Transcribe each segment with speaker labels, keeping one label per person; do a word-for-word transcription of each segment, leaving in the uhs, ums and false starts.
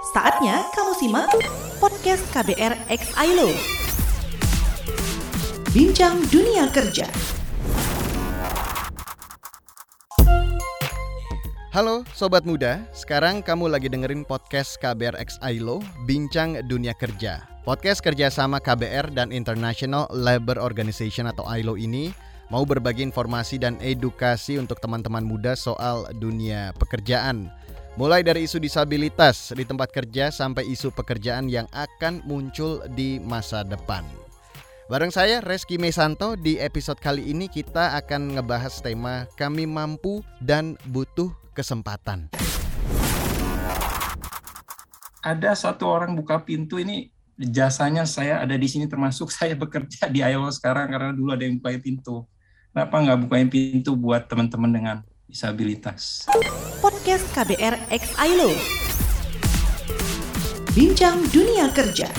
Speaker 1: Saatnya kamu simak podcast K B R X I L O. Bincang Dunia Kerja.
Speaker 2: Halo Sobat Muda, sekarang kamu lagi dengerin podcast K B R X I L O, Bincang Dunia Kerja. Podcast kerjasama K B R dan International Labour Organization atau I L O ini mau berbagi informasi dan edukasi untuk teman-teman muda soal dunia pekerjaan. Mulai dari isu disabilitas di tempat kerja sampai isu pekerjaan yang akan muncul di masa depan. Bareng saya Reski Mesanto, di episode kali ini kita akan ngebahas tema Kami Mampu dan Butuh Kesempatan.
Speaker 3: Ada satu orang buka pintu, ini jasanya saya ada di sini, termasuk saya bekerja di I L O sekarang karena dulu ada yang bukain pintu. Kenapa nggak bukain pintu buat teman-teman dengan disabilitas?
Speaker 1: Podcast K B R X I L O. Bincang Dunia Kerja.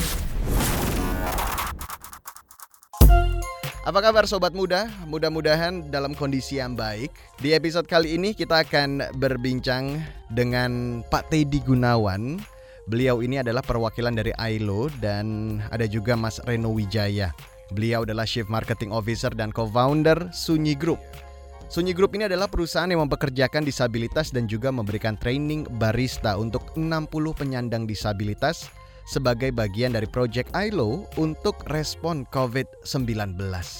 Speaker 2: Apa kabar Sobat Muda? Mudah-mudahan dalam kondisi yang baik. Di episode kali ini kita akan berbincang dengan Pak Teddy Gunawan. Beliau ini adalah perwakilan dari I L O dan ada juga Mas Reno Wijaya. Beliau adalah Chief Marketing Officer dan Co-founder Sunyi Group. Sunyi Group ini adalah perusahaan yang mempekerjakan disabilitas dan juga memberikan training barista untuk enam puluh penyandang disabilitas sebagai bagian dari Project I L O untuk respon covid sembilan belas.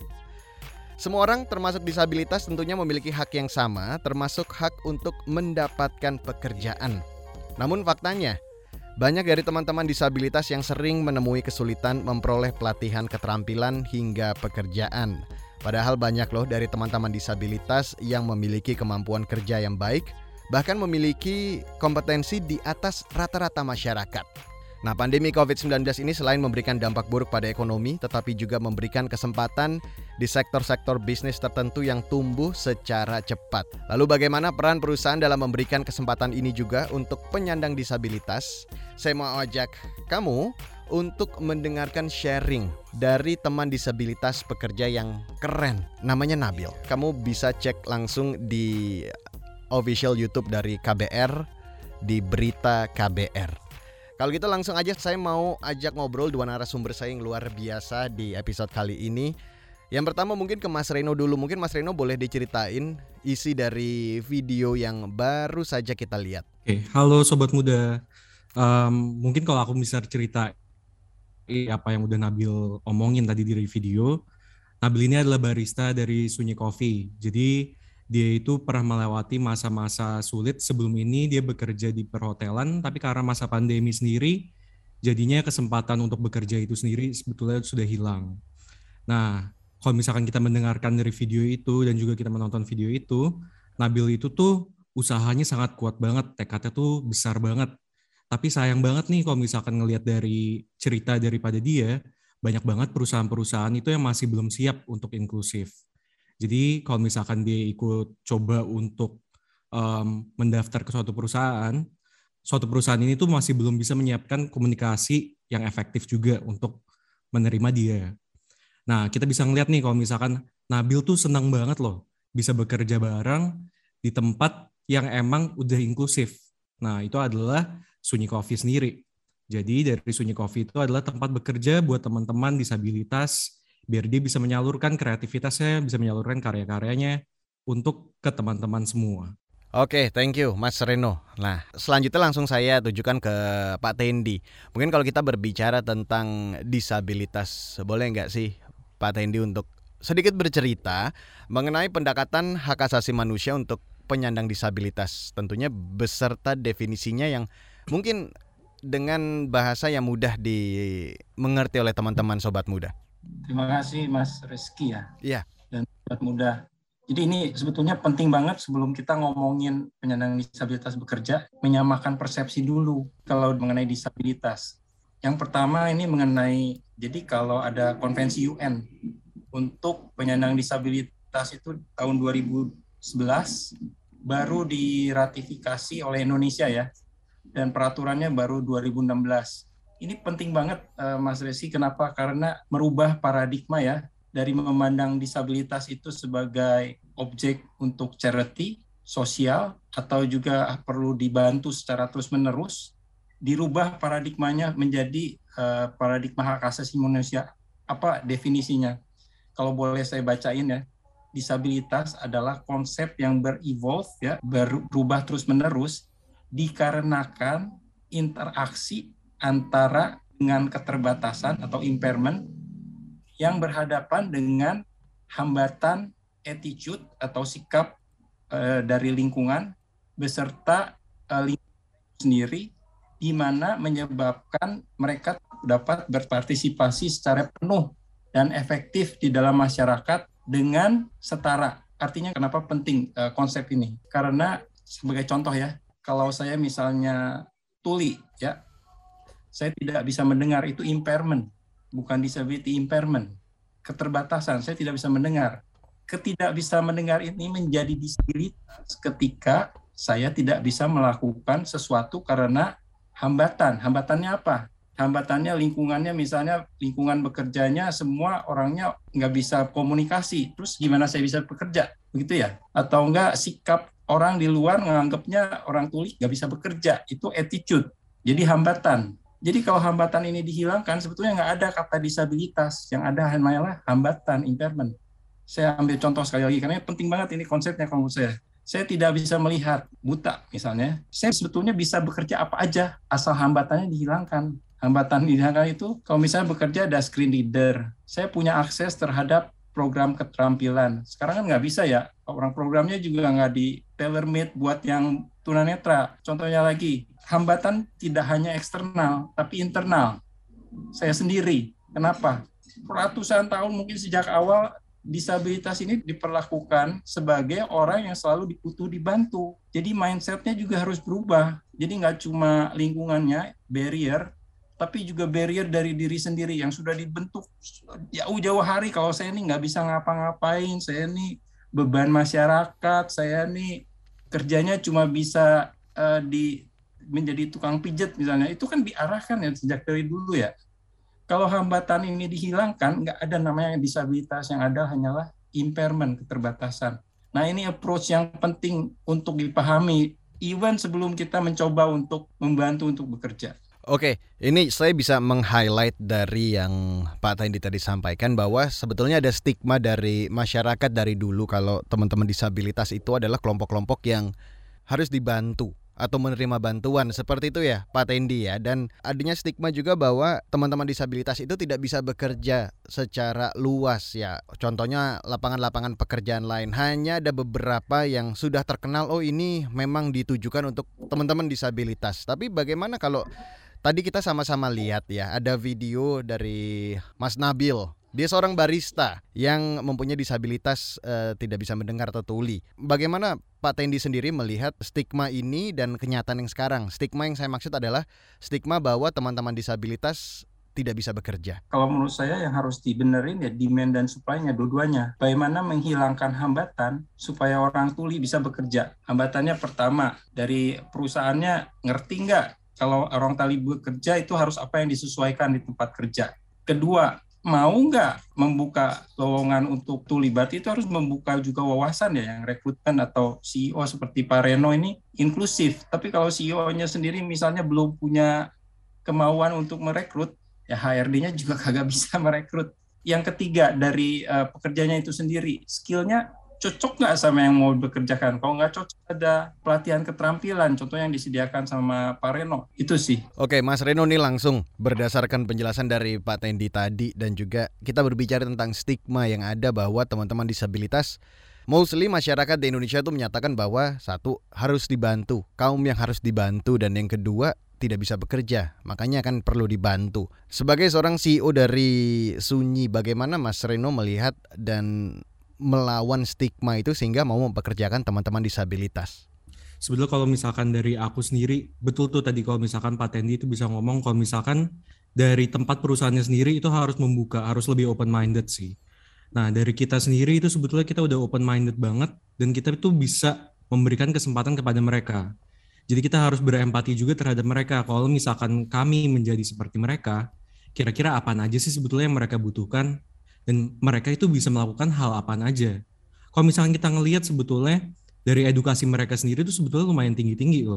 Speaker 2: Semua orang termasuk disabilitas tentunya memiliki hak yang sama, termasuk hak untuk mendapatkan pekerjaan. Namun faktanya, banyak dari teman-teman disabilitas yang sering menemui kesulitan memperoleh pelatihan keterampilan hingga pekerjaan. Padahal banyak loh dari teman-teman disabilitas yang memiliki kemampuan kerja yang baik, bahkan memiliki kompetensi di atas rata-rata masyarakat. Nah, pandemi covid sembilan belas ini selain memberikan dampak buruk pada ekonomi, tetapi juga memberikan kesempatan di sektor-sektor bisnis tertentu yang tumbuh secara cepat. Lalu bagaimana peran perusahaan dalam memberikan kesempatan ini juga untuk penyandang disabilitas? Saya mau ajak kamu untuk mendengarkan sharing dari teman disabilitas pekerja yang keren, namanya Nabil. Kamu bisa cek langsung di official YouTube dari K B R, di berita K B R. Kalau gitu langsung aja saya mau ajak ngobrol dua narasumber saya yang luar biasa di episode kali ini. Yang pertama mungkin ke Mas Reno dulu. Mungkin Mas Reno boleh diceritain isi dari video yang baru saja kita lihat.
Speaker 4: Oke, halo Sobat Muda. Um, mungkin kalau aku bisa cerita apa yang udah Nabil omongin tadi di video. Nabil ini adalah barista dari Sunyi Coffee. Jadi dia itu pernah melewati masa-masa sulit. Sebelum ini dia bekerja di perhotelan, tapi karena masa pandemi sendiri, jadinya kesempatan untuk bekerja itu sendiri sebetulnya sudah hilang. Nah, kalau misalkan kita mendengarkan dari video itu dan juga kita menonton video itu, Nabil itu tuh usahanya sangat kuat banget, tekadnya tuh besar banget. Tapi sayang banget nih kalau misalkan ngelihat dari cerita daripada dia, banyak banget perusahaan-perusahaan itu yang masih belum siap untuk inklusif. Jadi kalau misalkan dia ikut coba untuk um, mendaftar ke suatu perusahaan, suatu perusahaan ini tuh masih belum bisa menyiapkan komunikasi yang efektif juga untuk menerima dia. Nah, kita bisa ngeliat nih kalau misalkan Nabil tuh senang banget loh bisa bekerja bareng di tempat yang emang udah inklusif. Nah, itu adalah Sunyi Coffee sendiri. Jadi dari Sunyi Coffee itu adalah tempat bekerja buat teman-teman disabilitas biar dia bisa menyalurkan kreativitasnya, bisa menyalurkan karya-karyanya untuk ke teman-teman semua.
Speaker 2: Oke, thank you Mas Reno. Nah, selanjutnya langsung saya tujukan ke Pak Tendi. Mungkin kalau kita berbicara tentang disabilitas, boleh nggak sih Pak Tendi untuk sedikit bercerita mengenai pendekatan hak asasi manusia untuk penyandang disabilitas, tentunya beserta definisinya yang mungkin dengan bahasa yang mudah dimengerti oleh teman-teman Sobat Muda.
Speaker 3: Terima kasih Mas Reski ya.
Speaker 2: Iya.
Speaker 3: Dan Sobat Muda. Jadi ini sebetulnya penting banget sebelum kita ngomongin penyandang disabilitas bekerja, menyamakan persepsi dulu kalau mengenai disabilitas. Yang pertama ini mengenai, jadi kalau ada konvensi U N untuk penyandang disabilitas itu tahun dua ribu sebelas baru diratifikasi oleh Indonesia ya. Dan peraturannya baru dua ribu enam belas. Ini penting banget Mas Resi, kenapa? Karena merubah paradigma ya, dari memandang disabilitas itu sebagai objek untuk charity, sosial, atau juga perlu dibantu secara terus-menerus, dirubah paradigmanya menjadi uh, paradigma hak asasi manusia. Apa definisinya? Kalau boleh saya bacain ya, disabilitas adalah konsep yang berevolve ya, berubah terus-menerus dikarenakan interaksi antara dengan keterbatasan atau impairment yang berhadapan dengan hambatan attitude atau sikap uh, dari lingkungan beserta uh, lingkungan sendiri, di mana menyebabkan mereka dapat berpartisipasi secara penuh dan efektif di dalam masyarakat dengan setara. Artinya kenapa penting uh, konsep ini? Karena sebagai contoh ya, kalau saya misalnya tuli ya, saya tidak bisa mendengar, itu impairment, bukan disability, impairment. Keterbatasan, saya tidak bisa mendengar. Ketidak bisa mendengar ini menjadi disabilitas ketika saya tidak bisa melakukan sesuatu karena hambatan. Hambatannya apa? Hambatannya lingkungannya, misalnya lingkungan bekerjanya semua orangnya nggak bisa komunikasi. Terus gimana saya bisa bekerja? Begitu ya? Atau enggak sikap orang di luar menganggapnya orang tuli nggak bisa bekerja. Itu attitude. Jadi hambatan. Jadi kalau hambatan ini dihilangkan, sebetulnya nggak ada kata disabilitas. Yang ada hanyalah hambatan, impairment. Saya ambil contoh sekali lagi, karena penting banget ini konsepnya kalau menurut saya. Saya tidak bisa melihat, buta misalnya. Saya sebetulnya bisa bekerja apa aja, asal hambatannya dihilangkan. Hambatan dihilangkan itu, kalau misalnya bekerja ada screen reader. Saya punya akses terhadap program keterampilan. Sekarang kan nggak bisa ya, orang programnya juga nggak di tailor-made buat yang tunanetra. Contohnya lagi, hambatan tidak hanya eksternal, tapi internal. Saya sendiri. Kenapa? Ratusan tahun mungkin sejak awal, disabilitas ini diperlakukan sebagai orang yang selalu butuh dibantu. Jadi mindset-nya juga harus berubah. Jadi nggak cuma lingkungannya, barrier, tapi juga barrier dari diri sendiri yang sudah dibentuk jauh-jauh hari. Kalau saya ini nggak bisa ngapa-ngapain, saya ini beban masyarakat, saya ini kerjanya cuma bisa uh, di menjadi tukang pijet misalnya, itu kan diarahkan ya sejak dari dulu ya. Kalau hambatan ini dihilangkan, nggak ada namanya disabilitas, yang ada hanyalah impairment, keterbatasan. Nah ini approach yang penting untuk dipahami, even sebelum kita mencoba untuk membantu untuk bekerja.
Speaker 2: Oke, ini saya bisa meng-highlight dari yang Pak Tendi tadi sampaikan bahwa sebetulnya ada stigma dari masyarakat dari dulu kalau teman-teman disabilitas itu adalah kelompok-kelompok yang harus dibantu atau menerima bantuan, seperti itu ya Pak Tendi ya. Dan adanya stigma juga bahwa teman-teman disabilitas itu tidak bisa bekerja secara luas ya. Contohnya lapangan-lapangan pekerjaan lain, hanya ada beberapa yang sudah terkenal, oh ini memang ditujukan untuk teman-teman disabilitas. Tapi bagaimana kalau tadi kita sama-sama lihat ya, ada video dari Mas Nabil. Dia seorang barista yang mempunyai disabilitas eh, tidak bisa mendengar atau tuli. Bagaimana Pak Tendi sendiri melihat stigma ini dan kenyataan yang sekarang? Stigma yang saya maksud adalah stigma bahwa teman-teman disabilitas tidak bisa bekerja.
Speaker 3: Kalau menurut saya yang harus dibenerin ya demand dan supply-nya, dua-duanya. Bagaimana menghilangkan hambatan supaya orang tuli bisa bekerja? Hambatannya pertama, dari perusahaannya ngerti nggak kalau orang tuli bekerja itu harus apa yang disesuaikan di tempat kerja. Kedua, mau nggak membuka lowongan untuk tuli? Berarti itu harus membuka juga wawasan ya, yang rekrutmen atau C E O seperti Pak Reno ini inklusif. Tapi kalau C E O-nya sendiri misalnya belum punya kemauan untuk merekrut, ya H R D-nya juga kagak bisa merekrut. Yang ketiga, dari uh, pekerjanya itu sendiri, skill-nya cocok nggak sama yang mau bekerjakan? Kalau nggak cocok, ada pelatihan keterampilan, contoh yang disediakan sama Pak Reno. Itu sih.
Speaker 2: Oke, Mas Reno nih langsung berdasarkan penjelasan dari Pak Tendi tadi dan juga kita berbicara tentang stigma yang ada bahwa teman-teman disabilitas, mostly masyarakat di Indonesia itu menyatakan bahwa satu, harus dibantu, kaum yang harus dibantu, dan yang kedua, tidak bisa bekerja, makanya kan perlu dibantu. Sebagai seorang C E O dari Sunyi, bagaimana Mas Reno melihat dan melawan stigma itu sehingga mau mempekerjakan teman-teman disabilitas?
Speaker 4: Sebetulnya kalau misalkan dari aku sendiri, betul tuh tadi kalau misalkan Pak Tendi itu bisa ngomong kalau misalkan dari tempat perusahaannya sendiri itu harus membuka, harus lebih open-minded sih. Nah dari kita sendiri itu sebetulnya kita udah open-minded banget dan kita itu bisa memberikan kesempatan kepada mereka. Jadi kita harus berempati juga terhadap mereka. Kalau misalkan kami menjadi seperti mereka, kira-kira apa aja sih sebetulnya yang mereka butuhkan? Dan mereka itu bisa melakukan hal apa aja. Kalau misalkan kita ngelihat sebetulnya dari edukasi mereka sendiri itu sebetulnya lumayan tinggi-tinggi loh.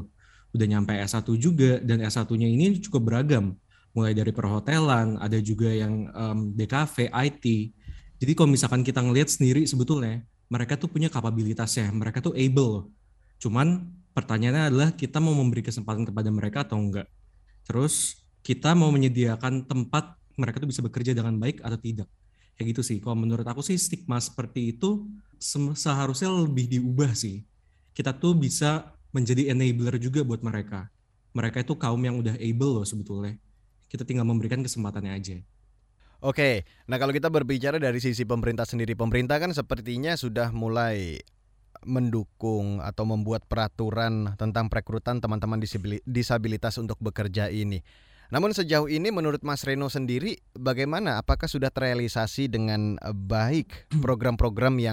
Speaker 4: udah nyampe S satu juga, dan S satunya ini cukup beragam. Mulai dari perhotelan, ada juga yang um, D K V, I T. Jadi kalau misalkan kita ngelihat sendiri sebetulnya, mereka tuh punya kapabilitasnya, mereka tuh able loh. Cuman pertanyaannya adalah kita mau memberi kesempatan kepada mereka atau enggak. Terus kita mau menyediakan tempat mereka tuh bisa bekerja dengan baik atau tidak. Kayak gitu sih. Kalau menurut aku sih stigma seperti itu seharusnya lebih diubah sih. Kita tuh bisa menjadi enabler juga buat mereka. Mereka itu kaum yang udah able loh sebetulnya. Kita tinggal memberikan kesempatannya aja.
Speaker 2: Oke, nah kalau kita berbicara dari sisi pemerintah sendiri, pemerintah kan sepertinya sudah mulai mendukung atau membuat peraturan tentang perekrutan teman-teman disabilitas untuk bekerja ini. Namun sejauh ini menurut Mas Reno sendiri bagaimana? Apakah sudah terrealisasi dengan baik program-program yang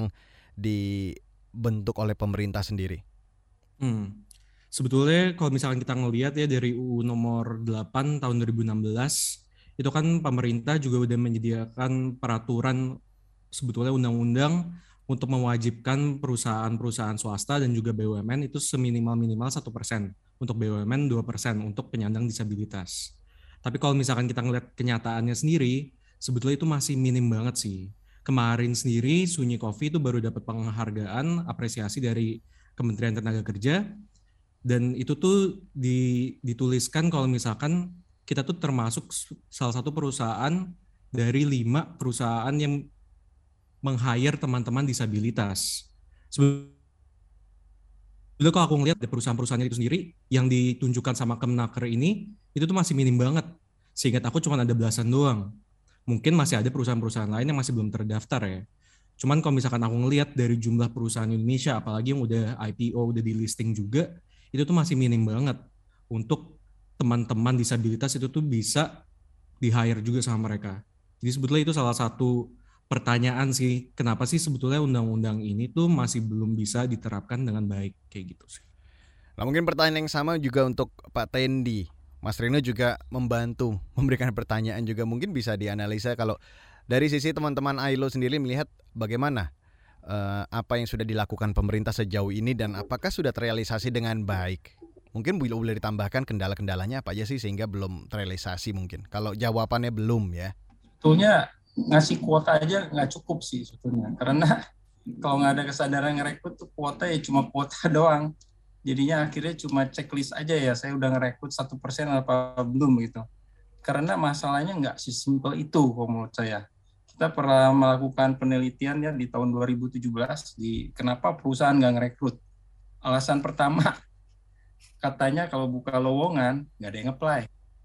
Speaker 2: dibentuk oleh pemerintah sendiri?
Speaker 4: Hmm. Sebetulnya kalau misalkan kita ngelihat ya dari U U nomor delapan tahun dua ribu enam belas, itu kan pemerintah juga udah menyediakan peraturan, sebetulnya undang-undang untuk mewajibkan perusahaan-perusahaan swasta dan juga B U M N itu seminimal-minimal satu persen, untuk B U M N dua persen untuk penyandang disabilitas. Tapi kalau misalkan kita ngelihat kenyataannya sendiri, sebetulnya itu masih minim banget sih. Kemarin sendiri Sunyi Coffee itu baru dapat penghargaan apresiasi dari Kementerian Tenaga Kerja, dan itu tuh dituliskan kalau misalkan kita tuh termasuk salah satu perusahaan dari lima perusahaan yang meng-hire teman-teman disabilitas. Sebetulnya kalau aku ngelihat dari perusahaan-perusahaan itu sendiri yang ditunjukkan sama Kemenaker ini, itu tuh masih minim banget. Seingat aku cuma ada belasan doang. Mungkin masih ada perusahaan-perusahaan lain yang masih belum terdaftar ya. Cuman kalau misalkan aku ngelihat dari jumlah perusahaan Indonesia, apalagi yang udah I P O, udah di listing juga, itu tuh masih minim banget untuk teman-teman disabilitas itu tuh bisa di-hire juga sama mereka. Jadi sebetulnya itu salah satu pertanyaan sih, kenapa sih sebetulnya undang-undang ini tuh masih belum bisa diterapkan dengan baik, kayak gitu sih.
Speaker 2: Nah mungkin pertanyaan yang sama juga untuk Pak Tendi. Mas Reno juga membantu memberikan pertanyaan juga, mungkin bisa dianalisa kalau dari sisi teman-teman A I L O sendiri melihat bagaimana uh, apa yang sudah dilakukan pemerintah sejauh ini dan apakah sudah terrealisasi dengan baik. Mungkin boleh ditambahkan kendala-kendalanya apa aja sih sehingga belum terrealisasi mungkin. Kalau jawabannya belum ya.
Speaker 3: Sebetulnya ngasih kuota aja nggak cukup sih sebetulnya. Karena kalau nggak ada kesadaran ngerekrut tuh kuota ya cuma kuota doang. Jadinya akhirnya cuma checklist aja ya. Saya udah ngerekrut satu persen apa belum gitu. Karena masalahnya nggak sesimpel itu kalau menurut saya. Kita pernah melakukan penelitian ya di tahun dua ribu tujuh belas di kenapa perusahaan nggak ngerekrut. Alasan pertama, katanya kalau buka lowongan nggak ada yang apply.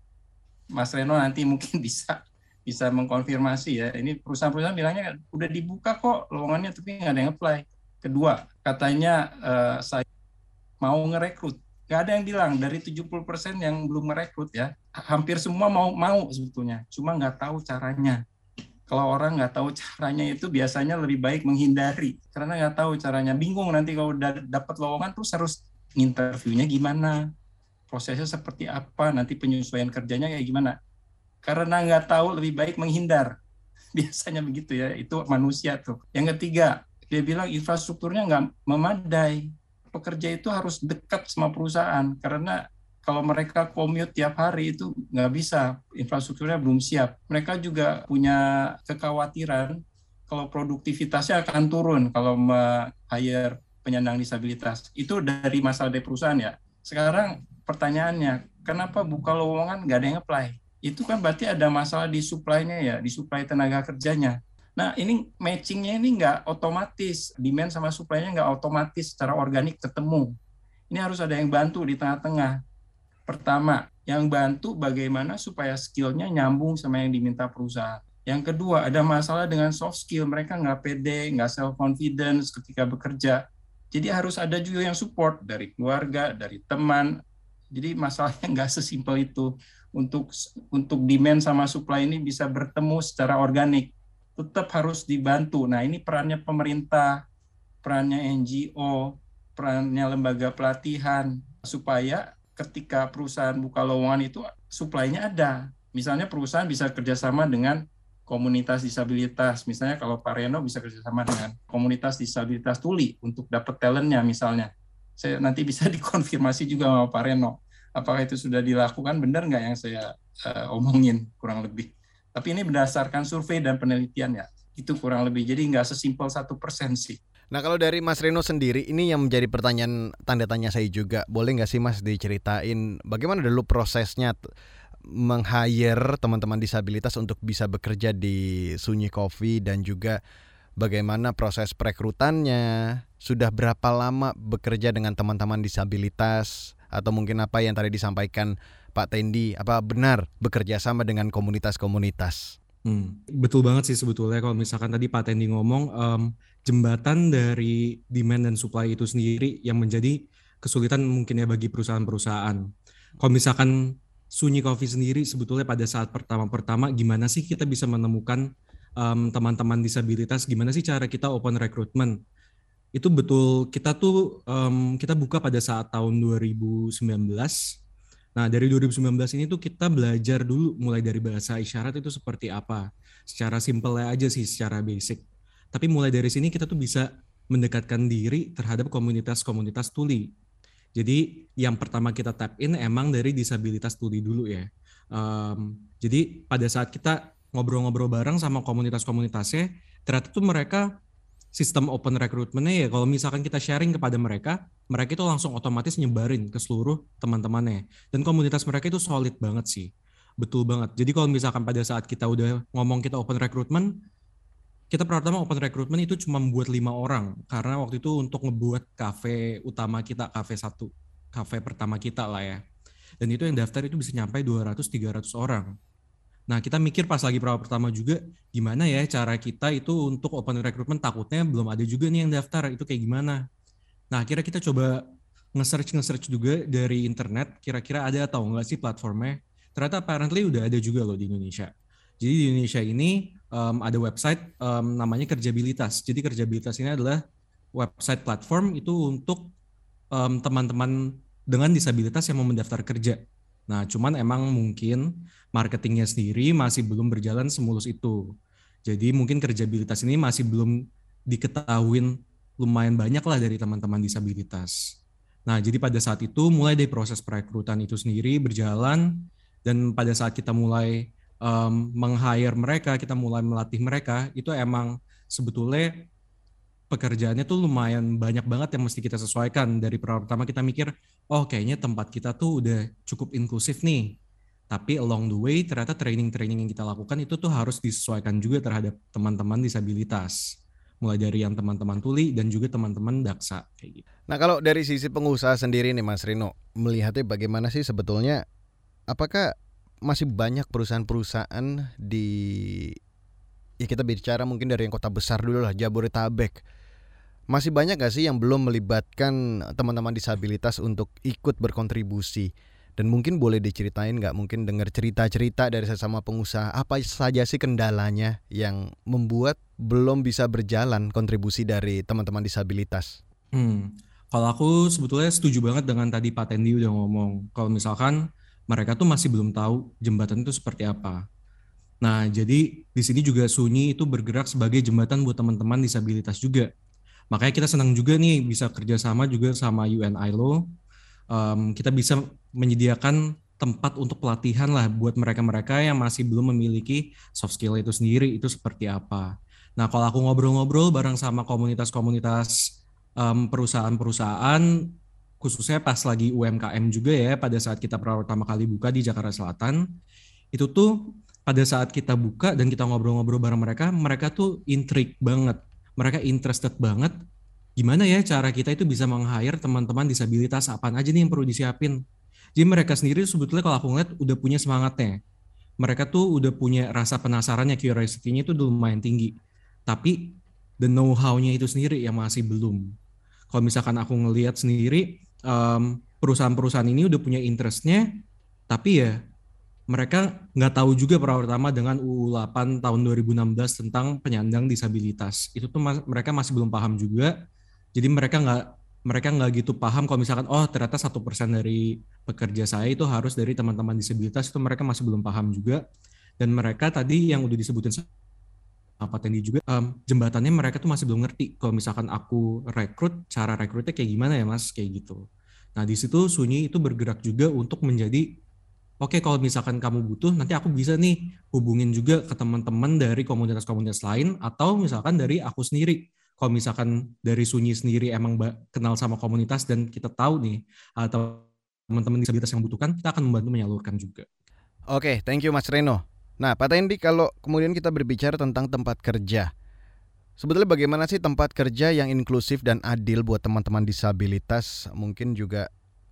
Speaker 3: Mas Reno nanti mungkin bisa bisa mengkonfirmasi ya. Ini perusahaan-perusahaan bilangnya udah dibuka kok lowongannya tapi nggak ada yang apply. Kedua, katanya uh, saya mau ngerekrut. Nggak ada yang bilang dari tujuh puluh persen yang belum merekrut ya. Hampir semua mau mau sebetulnya, cuma nggak tahu caranya. Kalau orang nggak tahu caranya itu biasanya lebih baik menghindari karena nggak tahu caranya, bingung nanti kalau udah dapat lowongan terus harus interviewnya gimana, prosesnya seperti apa, nanti penyesuaian kerjanya kayak gimana. Karena nggak tahu lebih baik menghindar, biasanya begitu ya, itu manusia tuh. Yang ketiga, dia bilang infrastrukturnya nggak memadai, pekerja itu harus dekat sama perusahaan karena kalau mereka commute tiap hari itu nggak bisa, infrastrukturnya belum siap. Mereka juga punya kekhawatiran kalau produktivitasnya akan turun kalau hire penyandang disabilitas. Itu dari masalah dari perusahaan ya. Sekarang pertanyaannya, kenapa buka lowongan nggak ada yang apply? Itu kan berarti ada masalah di supply-nya ya, di supply tenaga kerjanya. Nah ini matching-nya ini nggak otomatis, demand sama supply-nya nggak otomatis secara organik ketemu. Ini harus ada yang bantu di tengah-tengah. Pertama, yang bantu bagaimana supaya skill-nya nyambung sama yang diminta perusahaan. Yang kedua, ada masalah dengan soft skill. Mereka nggak pede, nggak self-confidence ketika bekerja. Jadi harus ada juga yang support dari keluarga, dari teman. Jadi masalahnya nggak sesimpel itu. Untuk untuk demand sama supply ini bisa bertemu secara organik. Tetap harus dibantu. Nah ini perannya pemerintah, perannya N G O, perannya lembaga pelatihan, supaya ketika perusahaan buka lowongan itu supply-nya ada. Misalnya perusahaan bisa kerjasama dengan komunitas disabilitas. Misalnya kalau Pak Reno bisa kerjasama dengan komunitas disabilitas tuli untuk dapat talentnya misalnya. Saya nanti bisa dikonfirmasi juga sama Pak Reno. apakah itu sudah dilakukan, benar nggak yang saya uh, omongin kurang lebih. Tapi ini berdasarkan survei dan penelitian ya, itu kurang lebih. Jadi nggak sesimpel satu persen sih.
Speaker 2: Nah kalau dari Mas Reno sendiri, ini yang menjadi pertanyaan tanda tanya saya juga. Boleh nggak sih Mas diceritain bagaimana dulu prosesnya meng-hire teman-teman disabilitas untuk bisa bekerja di Sunyi Coffee, dan juga bagaimana proses perekrutannya, sudah berapa lama bekerja dengan teman-teman disabilitas, atau mungkin apa yang tadi disampaikan Pak Tendi, apa benar bekerja sama dengan komunitas-komunitas?
Speaker 4: Hmm, betul banget sih sebetulnya kalau misalkan tadi Pak Tendi ngomong um, jembatan dari demand dan supply itu sendiri yang menjadi kesulitan mungkin ya bagi perusahaan-perusahaan. Kalau misalkan Sunyi Coffee sendiri sebetulnya pada saat pertama-pertama gimana sih kita bisa menemukan um, teman-teman disabilitas, gimana sih cara kita open recruitment. Itu betul, kita tuh um, kita buka pada saat tahun dua ribu sembilan belas. Nah dari dua ribu sembilan belas ini tuh kita belajar dulu mulai dari bahasa isyarat itu seperti apa. Secara simpelnya aja sih, secara basic. Tapi mulai dari sini kita tuh bisa mendekatkan diri terhadap komunitas-komunitas tuli. Jadi yang pertama kita tap in emang dari disabilitas tuli dulu ya. Um, jadi pada saat kita ngobrol-ngobrol bareng sama komunitas-komunitasnya, ternyata tuh mereka sistem open recruitment-nya ya kalau misalkan kita sharing kepada mereka, mereka itu langsung otomatis nyebarin ke seluruh teman-temannya. Dan komunitas mereka itu solid banget sih. Betul banget. Jadi kalau misalkan pada saat kita udah ngomong kita open recruitment, kita pertama open recruitment itu cuma buat lima orang karena waktu itu untuk ngebuat kafe utama kita, kafe satu, kafe pertama kita lah ya. Dan itu yang daftar itu bisa nyampe dua ratus sampai tiga ratus orang. Nah kita mikir pas lagi perawat pertama juga gimana ya cara kita itu untuk open recruitment, takutnya belum ada juga nih yang daftar, itu kayak gimana. Nah akhirnya kita coba nge-search nge-search juga dari internet kira-kira ada atau enggak sih platformnya. Ternyata apparently udah ada juga loh di Indonesia. Jadi di Indonesia ini um, ada website um, namanya Kerjabilitas. Jadi Kerjabilitas ini adalah website platform itu untuk um, teman-teman dengan disabilitas yang mau mendaftar kerja. Nah, cuman emang mungkin marketingnya sendiri masih belum berjalan semulus itu. Jadi mungkin Kerjabilitas ini masih belum diketahuin lumayan banyak lah dari teman-teman disabilitas. Nah, jadi pada saat itu mulai dari proses perekrutan itu sendiri berjalan, dan pada saat kita mulai Um, meng-hire mereka, kita mulai melatih mereka, itu emang sebetulnya pekerjaannya tuh lumayan banyak banget yang mesti kita sesuaikan. Dari pertama kita mikir, oh kayaknya tempat kita tuh udah cukup inklusif nih. Tapi along the way ternyata training-training yang kita lakukan itu tuh harus disesuaikan juga terhadap teman-teman disabilitas. Mulai dari yang teman-teman tuli dan juga teman-teman daksa kayak gitu.
Speaker 2: Nah kalau dari sisi pengusaha sendiri nih Mas Rino, melihatnya bagaimana sih sebetulnya, apakah masih banyak perusahaan-perusahaan di, ya kita bicara mungkin dari yang kota besar dulu lah, Jabodetabek, masih banyak gak sih yang belum melibatkan teman-teman disabilitas untuk ikut berkontribusi? Dan mungkin boleh diceritain gak, mungkin dengar cerita-cerita dari sesama pengusaha, apa saja sih kendalanya yang membuat belum bisa berjalan kontribusi dari teman-teman disabilitas?
Speaker 4: Hmm, kalau aku sebetulnya setuju banget dengan tadi Pak Tendi udah ngomong, kalau misalkan mereka tuh masih belum tahu jembatan itu seperti apa. Nah, jadi di sini juga Sunyi itu bergerak sebagai jembatan buat teman-teman disabilitas juga. Makanya kita senang juga nih bisa kerjasama juga sama U N I L O. Um, kita bisa menyediakan tempat untuk pelatihan lah buat mereka-mereka yang masih belum memiliki soft skill itu sendiri, itu seperti apa. Nah, kalau aku ngobrol-ngobrol bareng sama komunitas-komunitas um, perusahaan-perusahaan, khususnya pas lagi U M K M juga ya, pada saat kita pertama kali buka di Jakarta Selatan, itu tuh pada saat kita buka dan kita ngobrol-ngobrol bareng mereka, mereka tuh intrigue banget, mereka interested banget, gimana ya cara kita itu bisa meng-hire teman-teman disabilitas, apaan aja nih yang perlu disiapin. Jadi mereka sendiri sebetulnya kalau aku ngeliat udah punya semangatnya, mereka tuh udah punya rasa penasarannya, curiosity-nya itu udah lumayan tinggi, tapi the know-how-nya itu sendiri yang masih belum. Kalau misalkan aku ngelihat sendiri, Um, perusahaan-perusahaan ini udah punya interest-nya, tapi ya mereka nggak tahu juga pertama dengan U U delapan tahun dua ribu enam belas tentang penyandang disabilitas. Itu tuh mas- mereka masih belum paham juga. Jadi mereka nggak mereka nggak gitu paham kalau misalkan oh ternyata satu persen dari pekerja saya itu harus dari teman-teman disabilitas, itu mereka masih belum paham juga. Dan mereka tadi yang udah disebutin Pak Tendi juga, um, jembatannya mereka tuh masih belum ngerti. Kalau misalkan aku rekrut, cara rekrutnya kayak gimana ya mas, kayak gitu. Nah, di situ Sunyi itu bergerak juga untuk menjadi, oke, kalau misalkan kamu butuh, nanti aku bisa nih hubungin juga ke teman-teman dari komunitas-komunitas lain, atau misalkan dari aku sendiri. Kalau misalkan dari Sunyi sendiri emang kenal sama komunitas dan kita tahu nih, atau teman-teman disabilitas yang membutuhkan, kita akan membantu menyalurkan juga.
Speaker 2: Oke, thank you Mas Reno. Nah, Pak Tendi, kalau kemudian kita berbicara tentang tempat kerja, sebetulnya bagaimana sih tempat kerja yang inklusif dan adil buat teman-teman disabilitas? Mungkin juga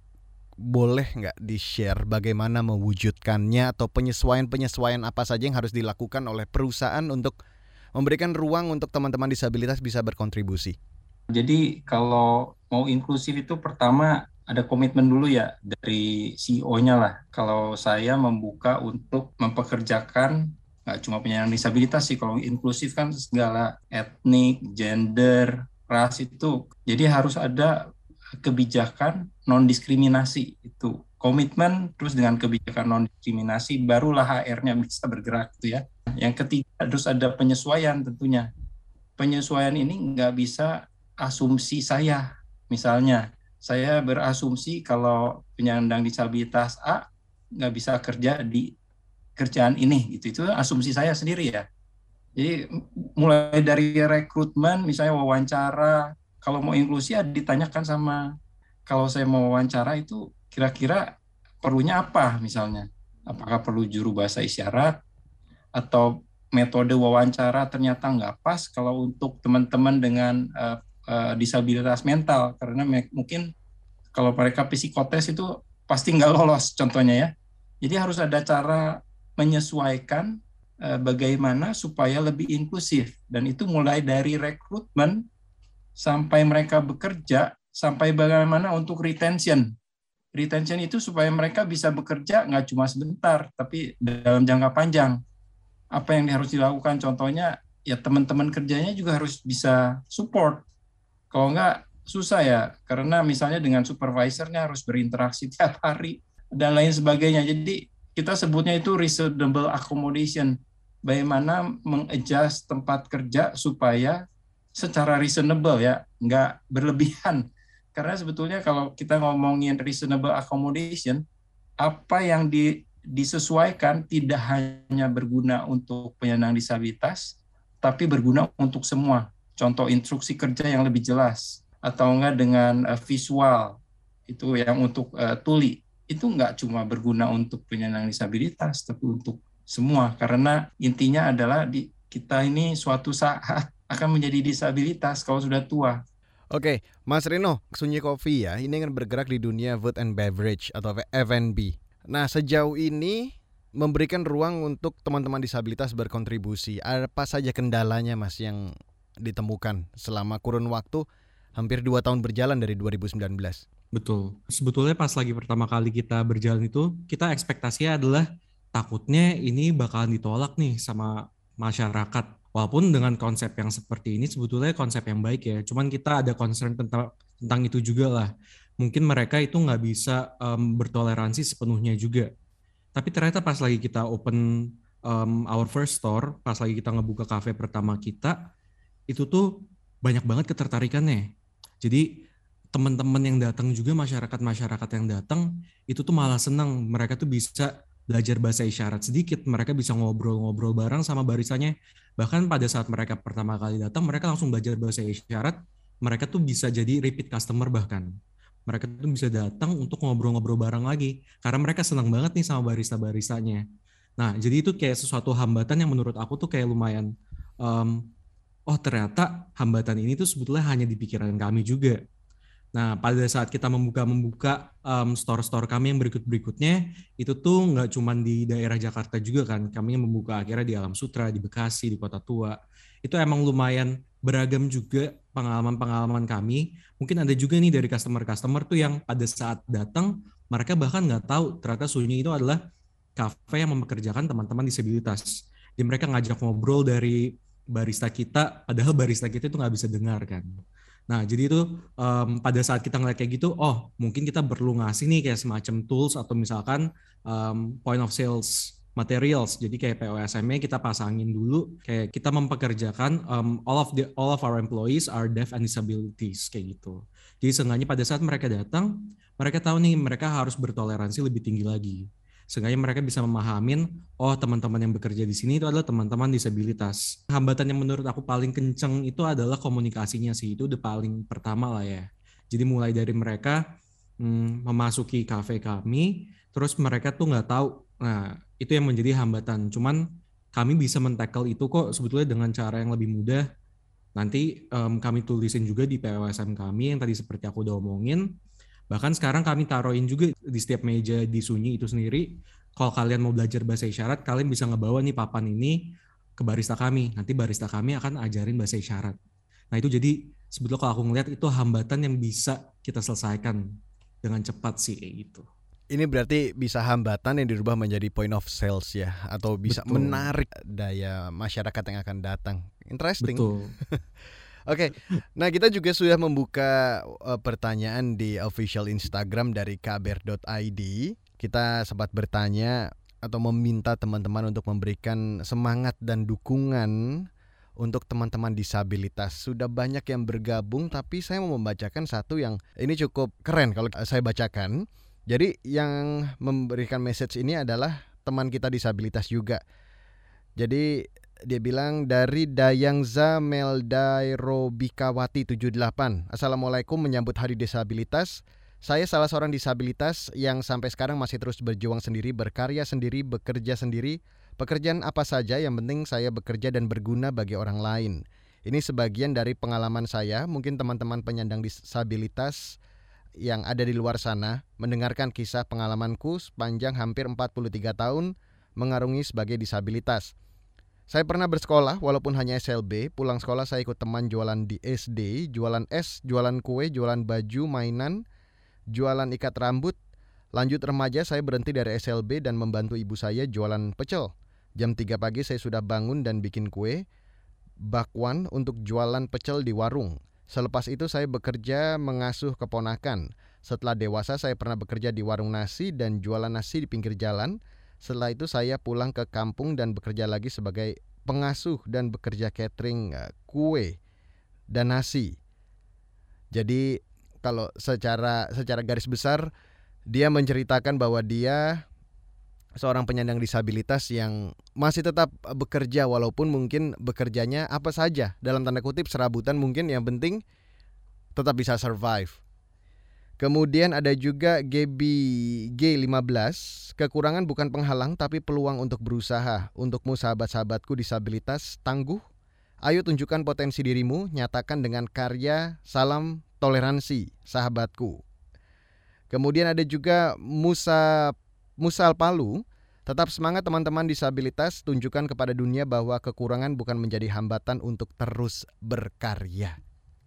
Speaker 2: boleh nggak di-share bagaimana mewujudkannya atau penyesuaian-penyesuaian apa saja yang harus dilakukan oleh perusahaan untuk memberikan ruang untuk teman-teman disabilitas bisa berkontribusi?
Speaker 3: Jadi kalau mau inklusif itu pertama ada komitmen dulu ya dari C E O-nya lah. Kalau saya membuka untuk mempekerjakan nggak cuma penyandang disabilitas sih, kalau inklusif kan segala etnik, gender, ras itu. Jadi harus ada kebijakan non-diskriminasi itu. Komitmen terus dengan kebijakan non-diskriminasi barulah H R-nya bisa bergerak gitu ya. Yang ketiga harus ada penyesuaian tentunya. Penyesuaian ini nggak bisa asumsi saya. Misalnya, saya berasumsi kalau penyandang disabilitas A nggak bisa kerja di kerjaan ini, gitu. Itu asumsi saya sendiri ya. Jadi mulai dari rekrutmen, misalnya wawancara, kalau mau inklusi ya ditanyakan sama, kalau saya mau wawancara itu kira-kira perlunya apa misalnya. Apakah perlu juru bahasa isyarat, atau metode wawancara ternyata nggak pas kalau untuk teman-teman dengan uh, uh, disabilitas mental, karena me- mungkin kalau mereka psikotes itu pasti nggak lolos contohnya ya. Jadi harus ada cara menyesuaikan uh, bagaimana supaya lebih inklusif, dan itu mulai dari rekrutmen sampai mereka bekerja, sampai bagaimana untuk retention. Retention itu supaya mereka bisa bekerja nggak cuma sebentar, tapi dalam jangka panjang. Apa yang harus dilakukan? Contohnya, ya teman-teman kerjanya juga harus bisa support. Kalau enggak, susah ya. Karena misalnya dengan supervisornya harus berinteraksi tiap hari, dan lain sebagainya. Jadi kita sebutnya itu reasonable accommodation. Bagaimana mengadjust tempat kerja supaya secara reasonable ya, enggak berlebihan. Karena sebetulnya kalau kita ngomongin reasonable accommodation, apa yang di disesuaikan tidak hanya berguna untuk penyandang disabilitas, tapi berguna untuk semua. Contoh instruksi kerja yang lebih jelas, atau enggak dengan uh, visual, itu yang untuk uh, tuli, itu enggak cuma berguna untuk penyandang disabilitas, tapi untuk semua. Karena intinya adalah di, kita ini suatu saat akan menjadi disabilitas kalau sudah tua.
Speaker 2: Oke, Mas Reno, Sunyi Coffee ya, ini kan bergerak di dunia food and beverage atau F and B. Nah, sejauh ini memberikan ruang untuk teman-teman disabilitas berkontribusi. Apa saja kendalanya Mas yang ditemukan selama kurun waktu hampir dua tahun berjalan dari dua ribu sembilan belas?
Speaker 4: Betul. Sebetulnya pas lagi pertama kali kita berjalan itu, kita ekspektasinya adalah takutnya ini bakalan ditolak nih sama masyarakat. Walaupun dengan konsep yang seperti ini sebetulnya konsep yang baik ya. Cuman kita ada concern tentang tentang itu juga lah. Mungkin mereka itu nggak bisa um, bertoleransi sepenuhnya juga. Tapi ternyata pas lagi kita open um, our first store, pas lagi kita ngebuka kafe pertama kita, itu tuh banyak banget ketertarikannya. Jadi teman-teman yang datang juga, masyarakat-masyarakat yang datang, itu tuh malah senang. Mereka tuh bisa belajar bahasa isyarat sedikit, mereka bisa ngobrol-ngobrol bareng sama barisanya. Bahkan pada saat mereka pertama kali datang, mereka langsung belajar bahasa isyarat, mereka tuh bisa jadi repeat customer bahkan. Mereka tuh bisa datang untuk ngobrol-ngobrol bareng lagi karena mereka senang banget nih sama barista-baristanya. Nah, jadi itu kayak sesuatu hambatan yang menurut aku tuh kayak lumayan um, oh ternyata hambatan ini tuh sebetulnya hanya di pikiran kami juga. Nah, pada saat kita membuka-membuka um, store-store kami yang berikut-berikutnya, itu tuh nggak cuma di daerah Jakarta juga kan. Kami membuka akhirnya di Alam Sutra, di Bekasi, di Kota Tua. Itu emang lumayan beragam juga pengalaman-pengalaman kami. Mungkin ada juga nih dari customer-customer tuh yang pada saat datang, mereka bahkan nggak tahu ternyata Sunyi itu adalah kafe yang mempekerjakan teman-teman disabilitas. Jadi mereka ngajak ngobrol dari barista kita, padahal barista kita itu nggak bisa dengar kan. Nah, jadi itu um, pada saat kita ngeliat kayak gitu, oh mungkin kita perlu ngasih nih kayak semacam tools atau misalkan um, point of sales materials. Jadi kayak P O S M-nya kita pasangin dulu, kayak kita mempekerjakan um, all of the all of our employees are deaf and disabilities kayak gitu. Jadi seenggaknya pada saat mereka datang, mereka tahu nih mereka harus bertoleransi lebih tinggi lagi. Seenggaknya mereka bisa memahamin, oh teman-teman yang bekerja di sini itu adalah teman-teman disabilitas. Hambatan yang menurut aku paling kenceng itu adalah komunikasinya sih, itu udah paling pertama lah ya. Jadi mulai dari mereka hmm, memasuki kafe kami, terus mereka tuh nggak tahu. Nah itu yang menjadi hambatan. Cuman kami bisa men-tackle itu kok sebetulnya dengan cara yang lebih mudah. Nanti um, kami tulisin juga di P O S M kami yang tadi seperti aku udah omongin. Bahkan sekarang kami taruhin juga di setiap meja di Sunyi itu sendiri. Kalau kalian mau belajar bahasa isyarat, kalian bisa ngebawa nih papan ini ke barista kami. Nanti barista kami akan ajarin bahasa isyarat. Nah itu jadi sebetulnya kalau aku ngeliat itu hambatan yang bisa kita selesaikan dengan cepat sih kayak gitu.
Speaker 2: Ini berarti bisa hambatan yang dirubah menjadi point of sales ya, atau bisa
Speaker 4: Betul.
Speaker 2: menarik daya masyarakat yang akan datang. Interesting.
Speaker 4: Betul.
Speaker 2: Oke, nah kita juga sudah membuka uh, pertanyaan di official Instagram dari k b r dot i d. Kita sempat bertanya atau meminta teman-teman untuk memberikan semangat dan dukungan untuk teman-teman disabilitas. Sudah banyak yang bergabung, tapi saya mau membacakan satu yang ini cukup keren kalau saya bacakan. Jadi yang memberikan message ini adalah teman kita disabilitas juga. Jadi dia bilang dari Dayangza Meldairobikawati tujuh puluh delapan. Assalamualaikum, menyambut Hari Disabilitas. Saya salah seorang disabilitas yang sampai sekarang masih terus berjuang sendiri, berkarya sendiri, bekerja sendiri. Pekerjaan apa saja yang penting saya bekerja dan berguna bagi orang lain. Ini sebagian dari pengalaman saya. Mungkin teman-teman penyandang disabilitas yang ada di luar sana mendengarkan kisah pengalamanku sepanjang hampir empat puluh tiga tahun mengarungi sebagai disabilitas. Saya pernah bersekolah walaupun hanya S L B. Pulang sekolah saya ikut teman jualan di S D, jualan es, jualan kue, jualan baju, mainan, jualan ikat rambut. Lanjut remaja saya berhenti dari S L B dan membantu ibu saya jualan pecel. Jam tiga pagi saya sudah bangun dan bikin kue bakwan untuk jualan pecel di warung. Selepas itu saya bekerja mengasuh keponakan. Setelah dewasa saya pernah bekerja di warung nasi dan jualan nasi di pinggir jalan. Setelah itu saya pulang ke kampung dan bekerja lagi sebagai pengasuh dan bekerja catering kue dan nasi. Jadi kalau secara secara garis besar dia menceritakan bahwa dia seorang penyandang disabilitas yang masih tetap bekerja walaupun mungkin bekerjanya apa saja dalam tanda kutip serabutan, mungkin yang penting tetap bisa survive. Kemudian ada juga G B G lima belas, kekurangan bukan penghalang tapi peluang untuk berusaha. Untukmu sahabat-sahabatku disabilitas tangguh, ayo tunjukkan potensi dirimu, nyatakan dengan karya, salam toleransi sahabatku. Kemudian ada juga Musa Musal Palu, tetap semangat teman-teman disabilitas, tunjukkan kepada dunia bahwa kekurangan bukan menjadi hambatan untuk terus berkarya.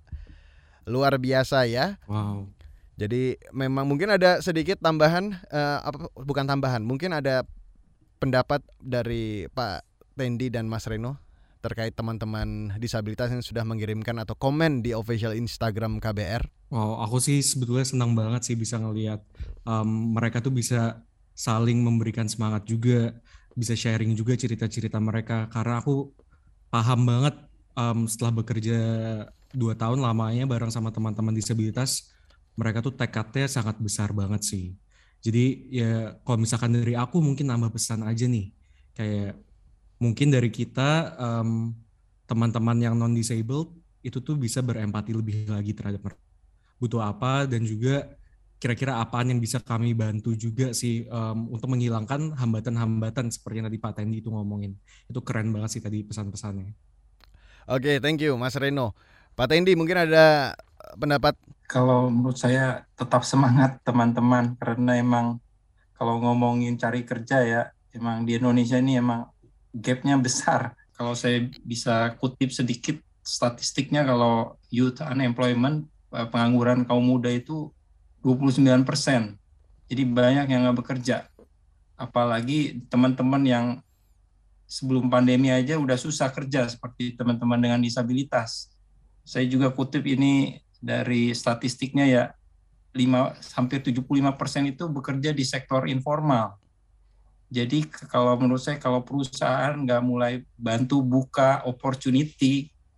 Speaker 2: Luar biasa ya.
Speaker 4: Wow.
Speaker 2: Jadi memang mungkin ada sedikit tambahan, uh, apa bukan tambahan, mungkin ada pendapat dari Pak Tendi dan Mas Reno terkait teman-teman disabilitas yang sudah mengirimkan atau komen di official Instagram K B R.
Speaker 4: Wow, aku sih sebetulnya senang banget sih bisa ngelihat um, mereka tuh bisa saling memberikan semangat juga, bisa sharing juga cerita-cerita mereka. Karena aku paham banget um, setelah bekerja dua tahun lamanya bareng sama teman-teman disabilitas, mereka tuh tekadnya sangat besar banget sih. Jadi ya kalau misalkan dari aku mungkin nambah pesan aja nih, kayak mungkin dari kita um, teman-teman yang non-disabled itu tuh bisa berempati lebih lagi terhadap mereka. Butuh apa dan juga kira-kira apaan yang bisa kami bantu juga sih um, untuk menghilangkan hambatan-hambatan seperti yang tadi Pak Tendi itu ngomongin. Itu keren banget sih tadi pesan-pesannya.
Speaker 2: Oke, thank you Mas Reno. Pak Tendi mungkin ada pendapat?
Speaker 3: Kalau menurut saya tetap semangat teman-teman, karena emang kalau ngomongin cari kerja ya, emang di Indonesia ini emang gapnya besar. Kalau saya bisa kutip sedikit statistiknya, kalau youth unemployment, pengangguran kaum muda itu dua puluh sembilan persen. Jadi banyak yang nggak bekerja. Apalagi teman-teman yang sebelum pandemi aja udah susah kerja, seperti teman-teman dengan disabilitas. Saya juga kutip ini dari statistiknya ya, lima, hampir tujuh puluh lima persen itu bekerja di sektor informal. Jadi kalau menurut saya, kalau perusahaan nggak mulai bantu buka opportunity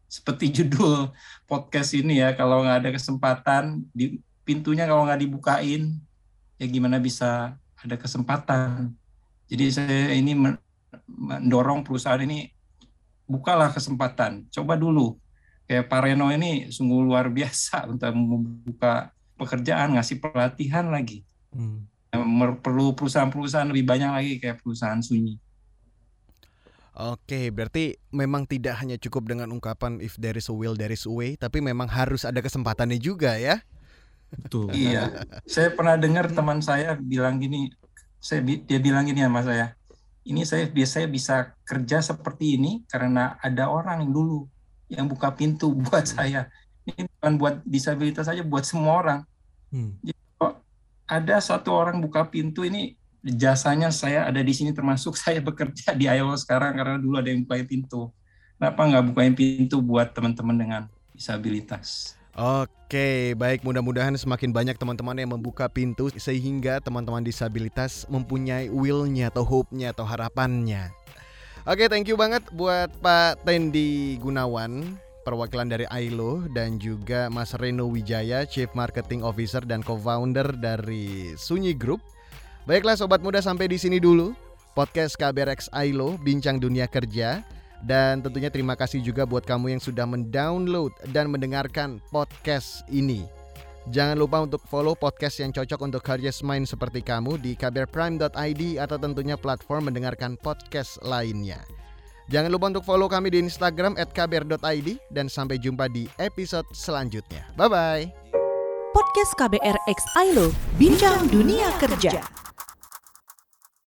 Speaker 3: seperti judul podcast ini ya, kalau nggak ada kesempatan, di pintunya kalau nggak dibukain, ya gimana bisa ada kesempatan. Jadi saya ini mendorong perusahaan ini, bukalah kesempatan, coba dulu. Kayak Pak Reno ini sungguh luar biasa untuk membuka pekerjaan, ngasih pelatihan lagi. Hmm. Perlu perusahaan-perusahaan lebih banyak lagi kayak perusahaan Sunyi.
Speaker 2: Oke, berarti memang tidak hanya cukup dengan ungkapan if there is a will there is a way, tapi memang harus ada kesempatannya juga ya.
Speaker 4: Betul.
Speaker 3: Iya, saya pernah dengar teman saya bilang gini, saya dia bilang gini sama saya, ini saya biasanya bisa kerja seperti ini karena ada orang yang dulu yang buka pintu buat saya. Ini bukan buat disabilitas saja, buat semua orang. Hmm. Jadi kok ada satu orang buka pintu, ini jasanya saya ada di sini, termasuk saya bekerja di I L O sekarang karena dulu ada yang bukain pintu. Kenapa nggak bukain pintu buat teman-teman dengan disabilitas?
Speaker 2: Oke, baik, mudah-mudahan semakin banyak teman-teman yang membuka pintu sehingga teman-teman disabilitas mempunyai will-nya atau hope-nya atau harapannya. Oke, thank you banget buat Pak Tendi Gunawan, perwakilan dari I L O, dan juga Mas Reno Wijaya, Chief Marketing Officer dan Co-founder dari Sunyi Group. Baiklah Sobat Muda, sampai di sini dulu podcast K B R X I L O Bincang Dunia Kerja. Dan tentunya terima kasih juga buat kamu yang sudah mendownload dan mendengarkan podcast ini. Jangan lupa untuk follow podcast yang cocok untuk curious mind seperti kamu di k b r prime dot i d atau tentunya platform mendengarkan podcast lainnya. Jangan lupa untuk follow kami di Instagram at k b r dot i d dan sampai jumpa di episode selanjutnya. Bye-bye.
Speaker 1: Podcast K B R X I L O Bincang Dunia Kerja.